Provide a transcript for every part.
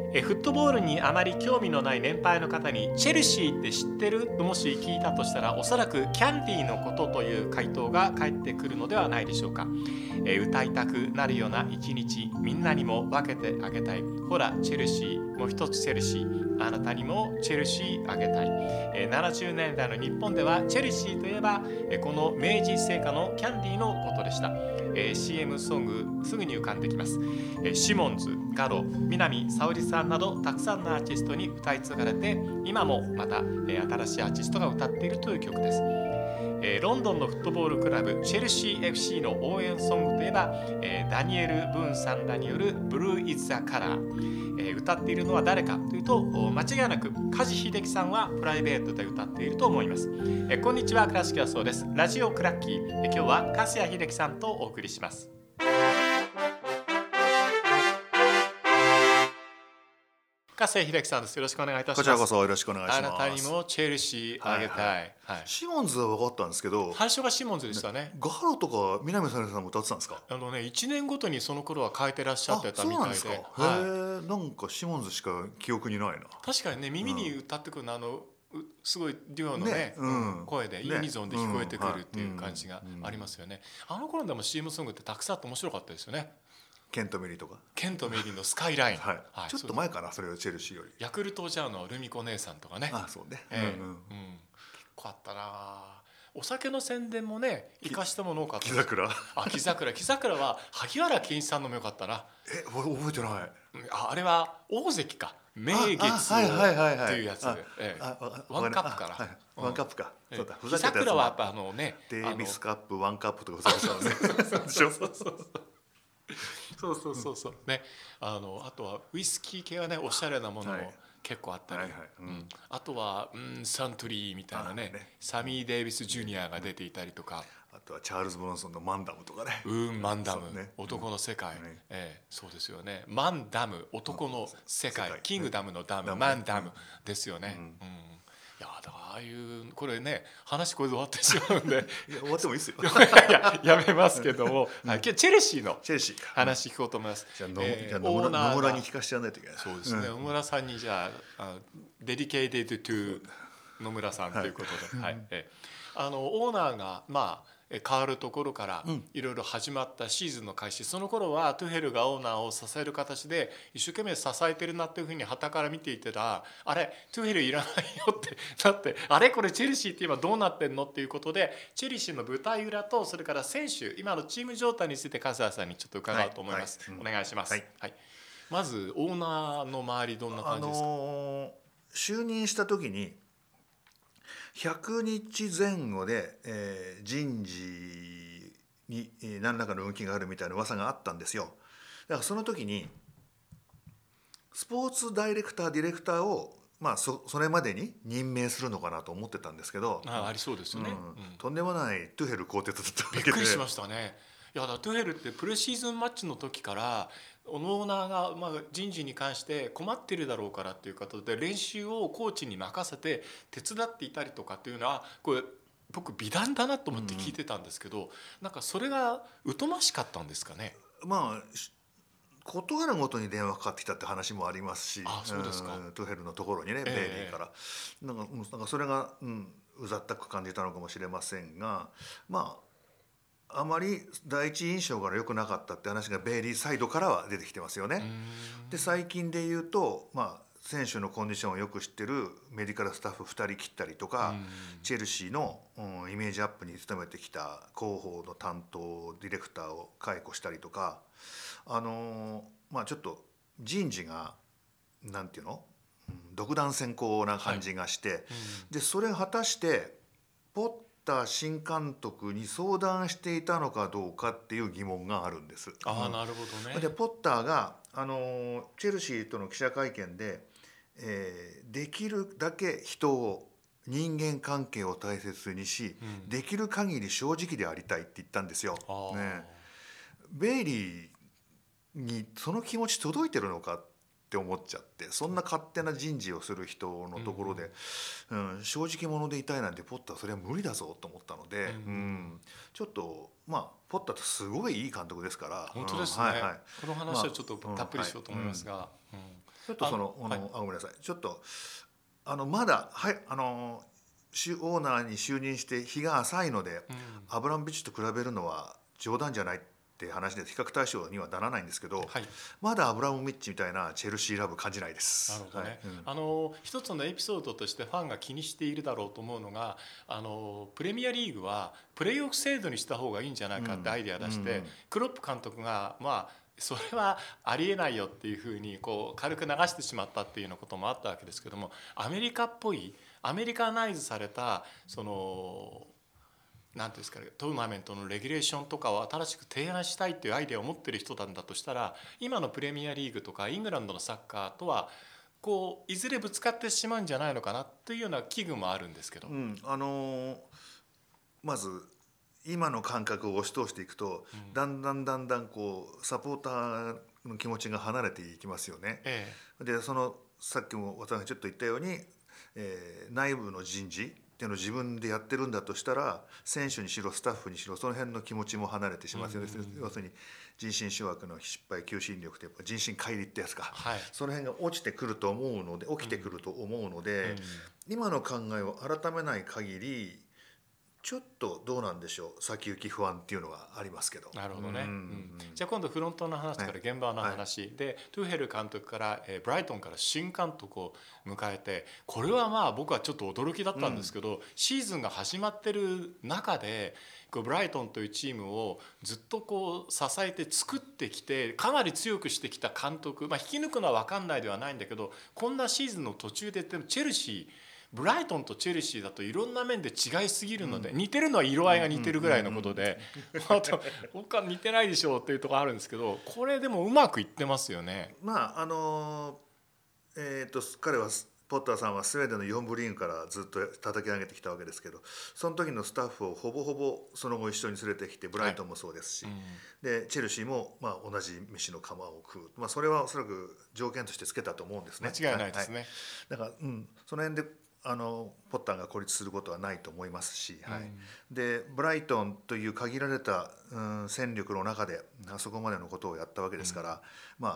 フットボールにあまり興味のない年配の方にチェルシーって知ってるともし聞いたとしたら、おそらくキャンディーのことという回答が返ってくるのではないでしょうか。歌いたくなるような一日、みんなにも分けてあげたい。ほらチェルシー、もう一つチェルシー、あなたにもチェルシーあげたい。70年代の日本ではチェルシーといえばこの明治製菓のキャンディーのことでした。CM ソングすぐに浮かんできます。シモンズ、ガロ、南沙織さんなどたくさんのアーティストに歌い継がれて、今もまた新しいアーティストが歌っているという曲です。ロンドンのフットボールクラブチェルシー FC の応援ソングといえば、ダニエル・ブーンさんらによるブルー・イズ・ザ・カラー、歌っているのは誰かというと、間違いなく梶秀樹さんはプライベートで歌っていると思います。こんにちは、倉敷はそうです。ラジオクラッキー、今日は粕谷秀樹さんとお送りします。粕谷秀樹さんです。よろしくお願いいたします。 こちらこそよろしくお願いします。 あなたにもチェルシーあげたい、 シモンズは分かったんですけど、 最初がシモンズでしたね。 ガハロとか南沙織さんも歌ってたんですか。 1年ごとにその頃は変えてらっしゃってたみたいで。 そうなんですか。へえ、なんかシモンズしか記憶にないな。 確かにね、耳に歌ってくるのすごいデュオのね、声でユニゾンで聞こえてくるっていう感じがありますよね。あの頃でも CM ソングってたくさんあって面白かったですよね。 ケントメリーとか。 ケントメリーのスカイライン、 ちょっと前かな、それはチェルシーより。 ヤクルトジャーのルミ子姉さんとかね。 そうね。 結構あったな。お酒の宣伝もね、生かしたもの多かった。 木桜。 木桜は萩原健一さんのもよかったな。 覚えてない。 あれは大関か、名月っていうやつ。ワンカップかな。 ワンカップか。 木桜はやっぱデイビスカップ、ワンカップとかそうですよね。 そうね。あとはウイスキー系はね、おしゃれなものも結構あったり、あとはサントリーみたいなね、サミー・デイビス・ジュニアが出ていたりとか、 あとはチャールズ・ブロンソンのマンダムとかね。 マンダム、男の世界、そうですよね。マンダム、男の世界、キングダムのダム、マンダムですよね。いやだからああいうこれね、話これで終わってしまうんで終わってもいいですよ。 やめますけども、今日チェルシーの話聞こうと思います。 じゃあ野村に聞かせてやらないといけない。 そうですね、野村さんにじゃあデディケイテッドトゥ野村さんということで、オーナーが変わるところからいろいろ始まったシーズンの開始、その頃はトゥヘルがオーナーを支える形で一生懸命支えてるなっていうふうに傍から見ていてた、あれトゥヘルいらないよってなって、あれこれチェルシーって今どうなってんのっていうことで、チェルシーの舞台裏とそれから選手、今のチーム状態について粕谷さんにちょっと伺おうと思います。お願いします。まずオーナーの周りどんな感じですか。 就任した時に100日前後で、人事に何らかの動きがあるみたいな噂があったんですよ。だからその時にスポーツダイレクターディレクターをそれまでに任命するのかなと思ってたんですけど、 ありそうですよね。 とんでもないトゥヘル更迭だったわけでびっくりしましたね。いやだトゥヘルってプレシーズンマッチの時からオーナーが人事に関して困ってるだろうからっていうことで練習をコーチに任せて手伝っていたりとかっていうのは、これ僕美談だなと思って聞いてたんですけど、なんかそれが疎ましかったんですかね。 断るごとに電話かかってきたって話もありますし、 そうですか。 トゥヘルのところにね、ベイリーからなんかそれがうざったく感じたのかもしれませんが、あまり第一印象から良くなかったって話がベイリーサイドからは出てきてますよね。で最近で言うと、選手のコンディションをよく知ってるメディカルスタッフ2人切ったりとか、チェルシーのイメージアップに努めてきた広報の担当ディレクターを解雇したりとか、ちょっと人事がなんていうの、独断専行な感じがして、でそれが果たしてポッター新監督に相談していたのかどうかっていう疑問があるんです。 なるほどね。 でポッターがチェルシーとの記者会見で、できるだけ人を人間関係を大切にし、できる限り正直でありたいって言ったんですよ。ベイリーにその気持ち届いてるのかって思っちゃって、そんな勝手な人事をする人のところで、正直者でいたいなんてポッターそれは無理だぞと思ったので、ちょっとポッターってすごいいい監督ですから。 本当ですね。この話はちょっとたっぷりしようと思いますが、 ちょっとごめんなさい、ちょっとまだオーナーに就任して日が浅いので、アブラモビッチと比べるのは冗談じゃないって話で比較対象にはならないんですけど、まだアブラモビッチみたいなチェルシーラブ感じないです。 なるほどね。一つのエピソードとしてファンが気にしているだろうと思うのが、プレミアリーグはプレーオフ制度にした方がいいんじゃないかってアイデア出して、クロップ監督がそれはありえないよっていうふうに軽く流してしまったっていうようなこともあったわけですけども、アメリカっぽいアメリカナイズされたなんていうんですかね、トーナメントのレギュレーションとかを新しく提案したいっていうアイデアを持ってる人なんだとしたら、今のプレミアリーグとかイングランドのサッカーとはいずれぶつかってしまうんじゃないのかなというような危惧もあるんですけど、 まず今の感覚を押し通していくと、だんだんサポーターの気持ちが離れていきますよね。でさっきも私がちょっと言ったように、内部の人事っていうのを自分でやってるんだとしたら、選手にしろスタッフにしろその辺の気持ちも離れてしまうよね。要するに人心掌握の失敗、求心力ってやっぱ人心乖離ってやつか、その辺が起きてくると思うので、今の考えを改めない限りちょっとどうなんでしょう、先行き不安っていうのがありますけど。 なるほどね。じゃあ今度フロントの話から現場の話で、トゥーヘル監督からブライトンから新監督を迎えて、これは僕はちょっと驚きだったんですけど、シーズンが始まってる中でブライトンというチームをずっと支えて作ってきて、かなり強くしてきた監督、引き抜くのは分かんないではないんだけど、こんなシーズンの途中でチェルシー、ブライトンとチェルシーだといろんな面で違いすぎるので、似てるのは色合いが似てるぐらいのことで、あと他似てないでしょうっていうところあるんですけど、これでもうまくいってますよね。 彼はポッターさんはスウェーデンの4部リーグからずっと叩き上げてきたわけですけど、その時のスタッフをほぼほぼその後一緒に連れてきて、ブライトンもそうですし、でチェルシーも同じ飯の釜を食う、それはおそらく条件としてつけたと思うんですね。 間違いないですね。 だから、その辺でポッターが孤立することはないと思いますし、でブライトンという限られた、戦力の中であそこまでのことをやったわけですから、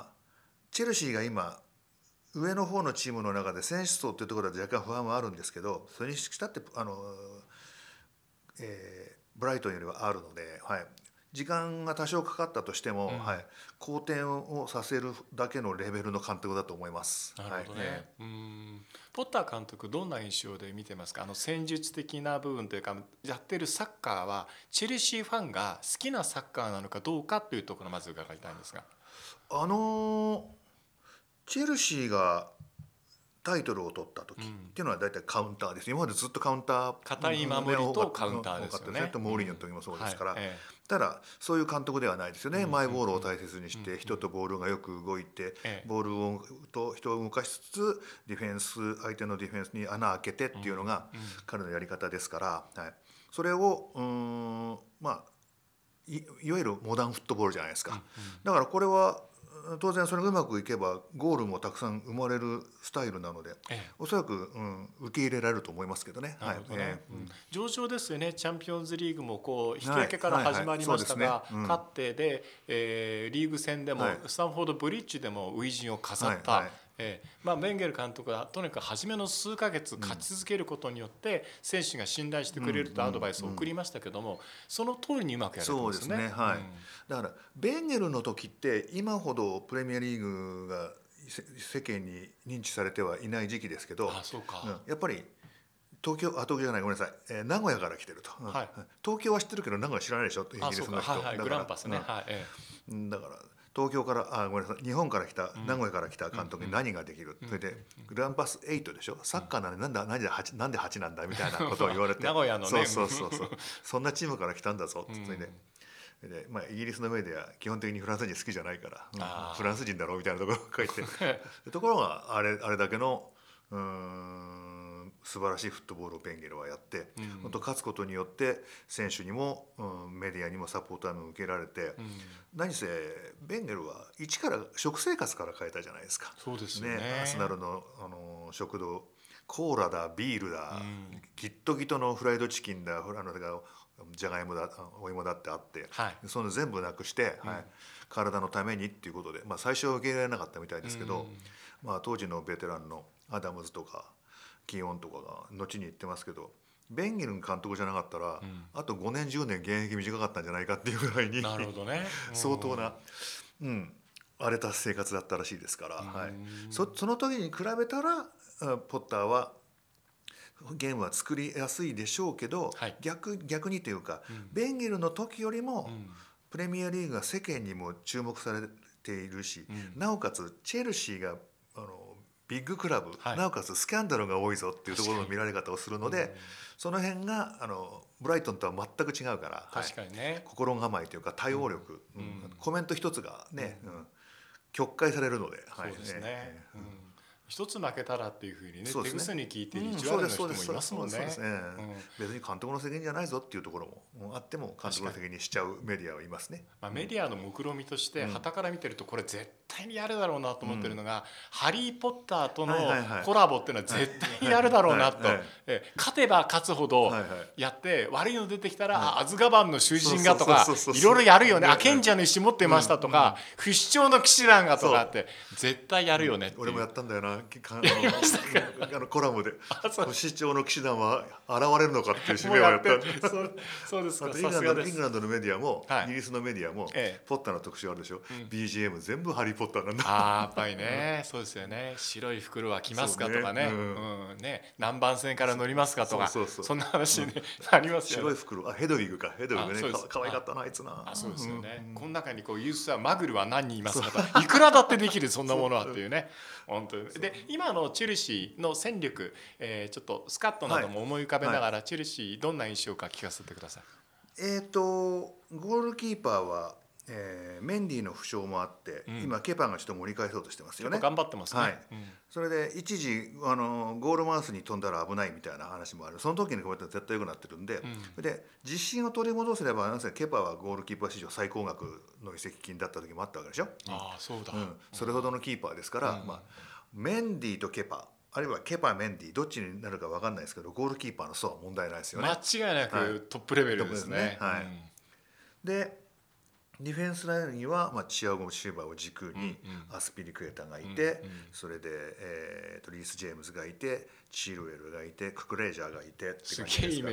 チェルシーが今上の方のチームの中で選手層というところで若干不安はあるんですけど、それにしたってブライトンよりはあるので、時間が多少かかったとしても、好転をさせるだけのレベルの監督だと思います。 なるほどね。ポッター監督どんな印象で見てますか？戦術的な部分というか、やってるサッカーはチェルシーファンが好きなサッカーなのかどうかというところをまず伺いたいんですが、 チェルシーがタイトルを取った時っていうのは大体カウンターです。今までずっとカウンター、 堅い守りとカウンターですよね。 モーリーニョの時もそうですから、ただそういう監督ではないですよね。マイボールを大切にして人とボールがよく動いて、ボールと人を動かしつつディフェンス、相手のディフェンスに穴開けてっていうのが彼のやり方ですから、それをいわゆるモダンフットボールじゃないですか。だからこれは当然それがうまくいけばゴールもたくさん生まれるスタイルなので、おそらく、受け入れられるると思いますけどね。 上々ですよね。チャンピオンズリーグも引き分けから始まりましたが、勝ってで、リーグ戦でもスタンフォードブリッジでも初陣を飾った。ベンゲル監督はとにかく初めの数ヶ月勝ち続けることによって選手が信頼してくれるとアドバイスを送りましたけども、その通りにうまくやれてますね。 そうですね。だからベンゲルの時って今ほどプレミアリーグが世間に認知されてはいない時期ですけど、やっぱり東京じゃない、ごめんなさい、名古屋から来てると、東京は知ってるけど名古屋知らないでしょと、イギリスの人グランパスね。 だから東京からごめんなさい、日本から来た、名古屋から来た監督に何ができる、それでグランパス8でしょ、サッカーなんでなんで8なんだみたいなことを言われて名古屋のね、 そんなチームから来たんだぞって。それでイギリスのメディア基本的にフランス人好きじゃないから、フランス人だろうみたいなところを書いてところがあれだけの素晴らしいフットボールをベンゲルはやって、本当勝つことによって選手にも、メディアにもサポーターにも受けられて、何せベンゲルは一から食生活から変えたじゃないですか。 そうですよね。 アーセナルの、食堂コーラだビールだ、ギットギトのフライドチキンだじゃがいもだお芋だってあって、その全部なくして、体のためにっていうことで、最初は受け入れられなかったみたいですけど、当時のベテランのアダムズとかキーオンとかが後に言ってますけど、ベンゲル監督じゃなかったら、あと5年10年現役短かったんじゃないかっていうぐらいになるほどね、 相当な、荒れた生活だったらしいですから、その時に比べたらポッターはゲームは作りやすいでしょうけど、逆にというか、ベンゲルの時よりもプレミアリーグが世間にも注目されているし、なおかつチェルシーがビッグクラブ、なおかつスキャンダルが多いぞっていうところの見られ方をするので、その辺がブライトンとは全く違うから、 確かにね、 心構えというか対応力、コメント一つがね、曲解されるので、 そうですね、一つ負けたらっていうふうにね、手ぐすに聞いて意地悪な人もいますもんね。 別に監督の責任じゃないぞっていうところもあっても監督の責任しちゃうメディアはいますね。 メディアの目論見として傍から見てるとこれ絶対にやるだろうなと思ってるのが、ハリー・ポッターとのコラボっていうのは絶対にやるだろうなと、勝てば勝つほどやって、悪いの出てきたらアズガバンの囚人がとかいろいろやるよね、アケンジャの石持ってましたとか、不死鳥の騎士団がとかって絶対やるよねっていう。 俺もやったんだよなコラムで不死鳥の騎士団は現れるのかっていう使命をやった。 そうですか。 イングランドのメディアもイギリスのメディアもポッターの特集あるでしょ、BGM 全部ハリー・ポッターなんだ。 やっぱりね、そうですよね。白い袋は来ますかとかね、何番線から乗りますかとか、そんな話ねありますよね。 白い袋、ヘドウィグか、ヘドウィグね、可愛かったなあいつな。 そうですよね。この中にユースはマグルは何人いますかと、いくらだってできるそんなものはっていうね、本当に。で今のチェルシーの戦力、ちょっとスカットなども思い浮かべながら、チェルシーどんな印象か聞かせてください。 ゴールキーパーは、メンディの負傷もあって、今ケパがちょっと盛り返そうとしてますよね。 頑張ってますね。 それで一時ゴールマウスに飛んだら危ないみたいな話もある。その時に比べたら絶対良くなってるんで、で自信を取り戻せれば、ケパはゴールキーパー史上最高額の移籍金だった時もあったわけでしょ。 そうだ。 それほどのキーパーですから、メンディとケパ、あるいはケパメンディどっちになるか分かんないですけど、ゴールキーパーの層は問題ないですよね。 間違いなくトップレベルですね。 でディフェンスラインには、チアゴ・シューバーを軸にアスピリクエタがいて、それで、リース・ジェームズがいて、チルウェルがいて、ククレージャーがいてって感じですから、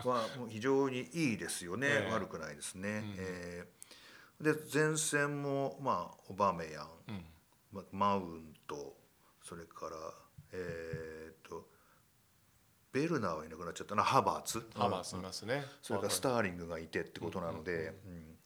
もう非常にいいですよね、悪くないですね。で前線も、オバメヤン、マウント、それからベルナーはいなくなっちゃったな、ハバーツいますね。 それからスターリングがいてってことなので、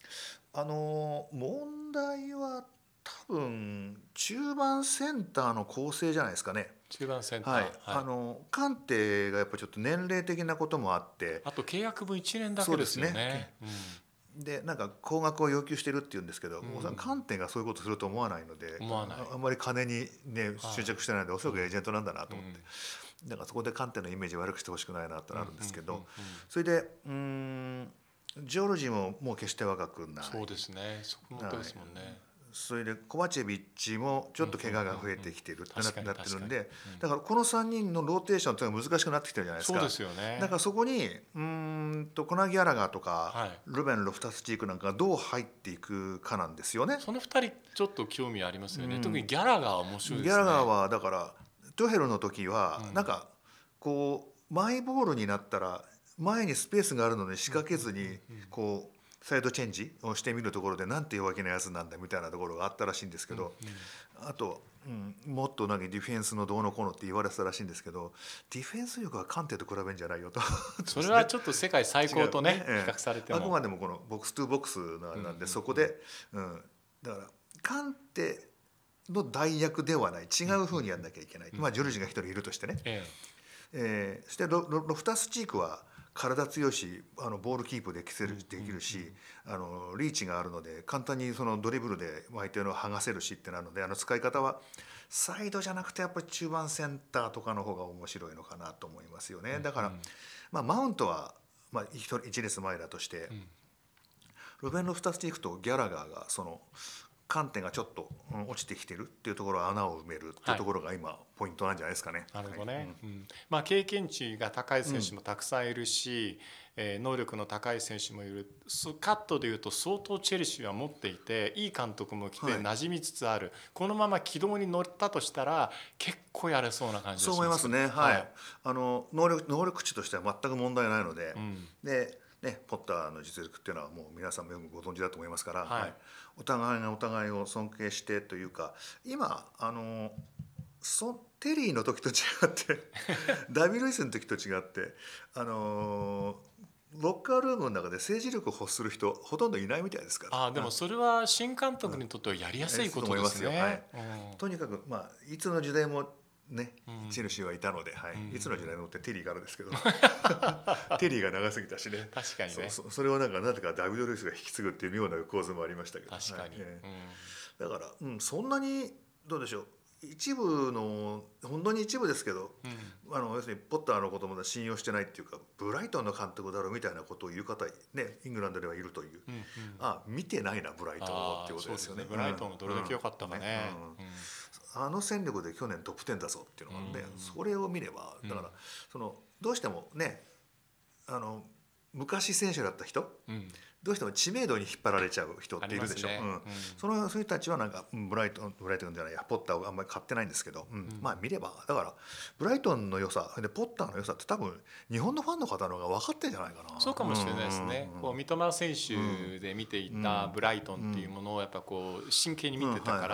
問題は多分中盤センターの構成じゃないですかね。 中盤センター、 カンテがやっぱりちょっと年齢的なこともあって、 あと契約分1年だけですよね。 でなんか高額を要求してるっていうんですけど、カンテがそういうことすると思わないので、あんまり金にね執着してないので、おそらくエージェントなんだなと思って、だからそこでカンテのイメージ悪くしてほしくないなってなるんですけど、それでジョルジももう決して若くない。 そうですね、そこもですもんね。 それでコバチェビッチもちょっと怪我が増えてきてるってなってるんで、だからこの3人のローテーションっていうのが難しくなってきてるじゃないですか。 そうですよね。 だからそこにコナ・ギャラガーとか、ルベン・ロフタスチークなんかがどう入っていくかなんですよね。 その2人ちょっと興味ありますよね。特にギャラガーは面白いですね。 ギャラガーはだからトゥヘルの時はなんかこうマイボールになったら前にスペースがあるのに仕掛けずにこうサイドチェンジをしてみるところで、なんて弱気なやつなんだみたいなところがあったらしいんですけど、あと、もっとディフェンスのどうのこうのって言われてたらしいんですけど、ディフェンス力はカンテと比べるんじゃないよとそれはちょっと世界最高とね比較されても、 あくまでもこのボックストゥボックスなんで、そこで、だからカンテの代役ではない、違う風にやんなきゃいけない、ジョルジが一人いるとしてね、そしてロフタスチークは体強いしボールキープできるし、リーチがあるので簡単にそのドリブルで相手の剥がせるしってなるので、使い方はサイドじゃなくてやっぱり中盤センターとかの方が面白いのかなと思いますよね。だから、マウントは、一列前だとして、ルベン・ロフタスチークとギャラガーがその観点がちょっと落ちてきてるっていうところは穴を埋めるっていうところが今ポイントなんじゃないですかね。 なるほどね。経験値が高い選手もたくさんいるし、能力の高い選手もいる。カットでいうと相当チェルシーは持っていて、いい監督も来て馴染みつつある、このまま軌道に乗ったとしたら結構やれそうな感じがします。 そう思いますね。はい。能力値としては全く問題ないので、でポッターの実力っていうのはもう皆さんもよくご存知だと思いますから、お互いがお互いを尊敬してというか、今テリーの時と違ってダビル・ルイスの時と違ってロッカールームの中で政治力を欲する人ほとんどいないみたいですから。 でもそれは新監督にとってはやりやすいことですね。 とにかくいつの時代もね、チェルシーはいたので、いつの時代のってテリーからですけどテリーが長すぎたしね。 確かにね。 それをなぜかダビド・ルイスが引き継ぐっていう妙な構図もありましたけど。 確かに。 だから、そんなにどうでしょう、一部の本当に一部ですけど、要するにポッターのことも信用してないっていうか、ブライトンの監督だろうみたいなことを言う方ね、イングランドではいるという、見てないなブライトンをっていうことですよね。 ブライトンがどれだけ良かったかね。 戦力で去年トップ10だぞっていうのがあって、それを見れば、だからどうしてもね、昔選手だった人、どうしても知名度に引っ張られちゃう人っているでしょ。そういう人たちはブライトンじゃないや、ポッターをあんまり買ってないんですけど、見ればだからブライトンの良さでポッターの良さって多分日本のファンの方の方が分かってんじゃないかな。 そうかもしれないですね。三笘選手で見ていたブライトンっていうものをやっぱ真剣に見てたから、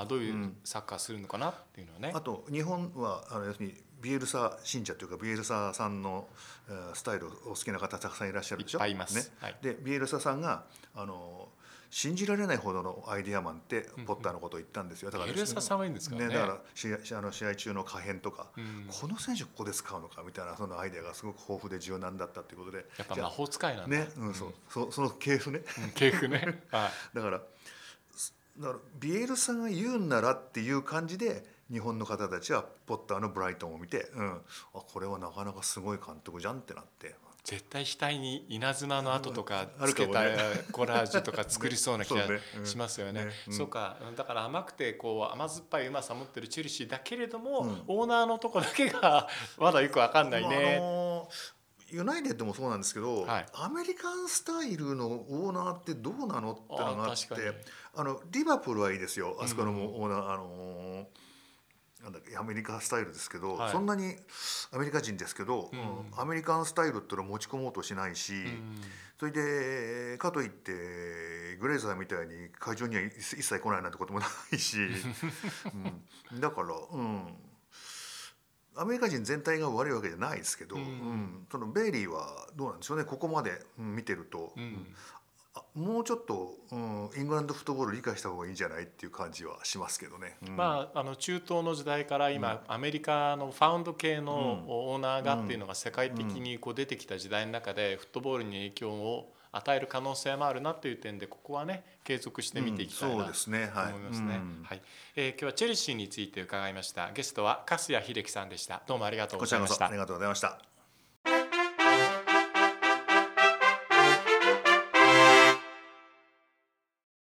どういうサッカーするのかなっていうのはね。 あと日本は要するにビエルサ信者というか、ビエルサさんのスタイルを好きな方たくさんいらっしゃるでしょ。 いっぱいいます。 でビエルサさんが信じられないほどのアイデアマンってポッターのことを言ったんですよ。だからビエルサさんはいいんですかね。 だから試合中の可変とか、この選手ここで使うのかみたいな、そのアイデアがすごく豊富で柔軟だったということで、 やっぱ魔法使いなんだね。その系譜ね。 系譜ね。 だからビエルサが言うんならっていう感じで日本の方たちはポッターのブライトンを見て、これはなかなかすごい監督じゃんってなって、 絶対額に稲妻の跡とかつけたコラージュとか作りそうな気がしますよね。そうか、だから甘くて甘酸っぱいうまさ持ってるチェルシーだけれども、オーナーのとこだけがまだよく分かんないね。 ユナイテッドもそうなんですけど、アメリカンスタイルのオーナーってどうなのってのがあって、リバプールはいいですよ、あそこのオーナー、なんだっけ、アメリカスタイルですけど、そんなにアメリカ人ですけど、アメリカンスタイルってのを持ち込もうとしないし、それでかといってグレイザーみたいに会場には一切来ないなんてこともないし、だからアメリカ人全体が悪いわけじゃないですけど、そのベイリーはどうなんでしょうね。ここまで見てると、もうちょっと、イングランドフットボール理解した方がいいんじゃないっていう感じはしますけどね。 中東の時代から今、アメリカのファウンド系のオーナーがっていうのが世界的に出てきた時代の中で、フットボールに影響を与える可能性もあるなという点で、ここはね継続して見ていきたいなと思いますね。今日はチェルシーについて伺いました。ゲストは粕谷秀樹さんでした。どうもありがとうございました。 ありがとうございました。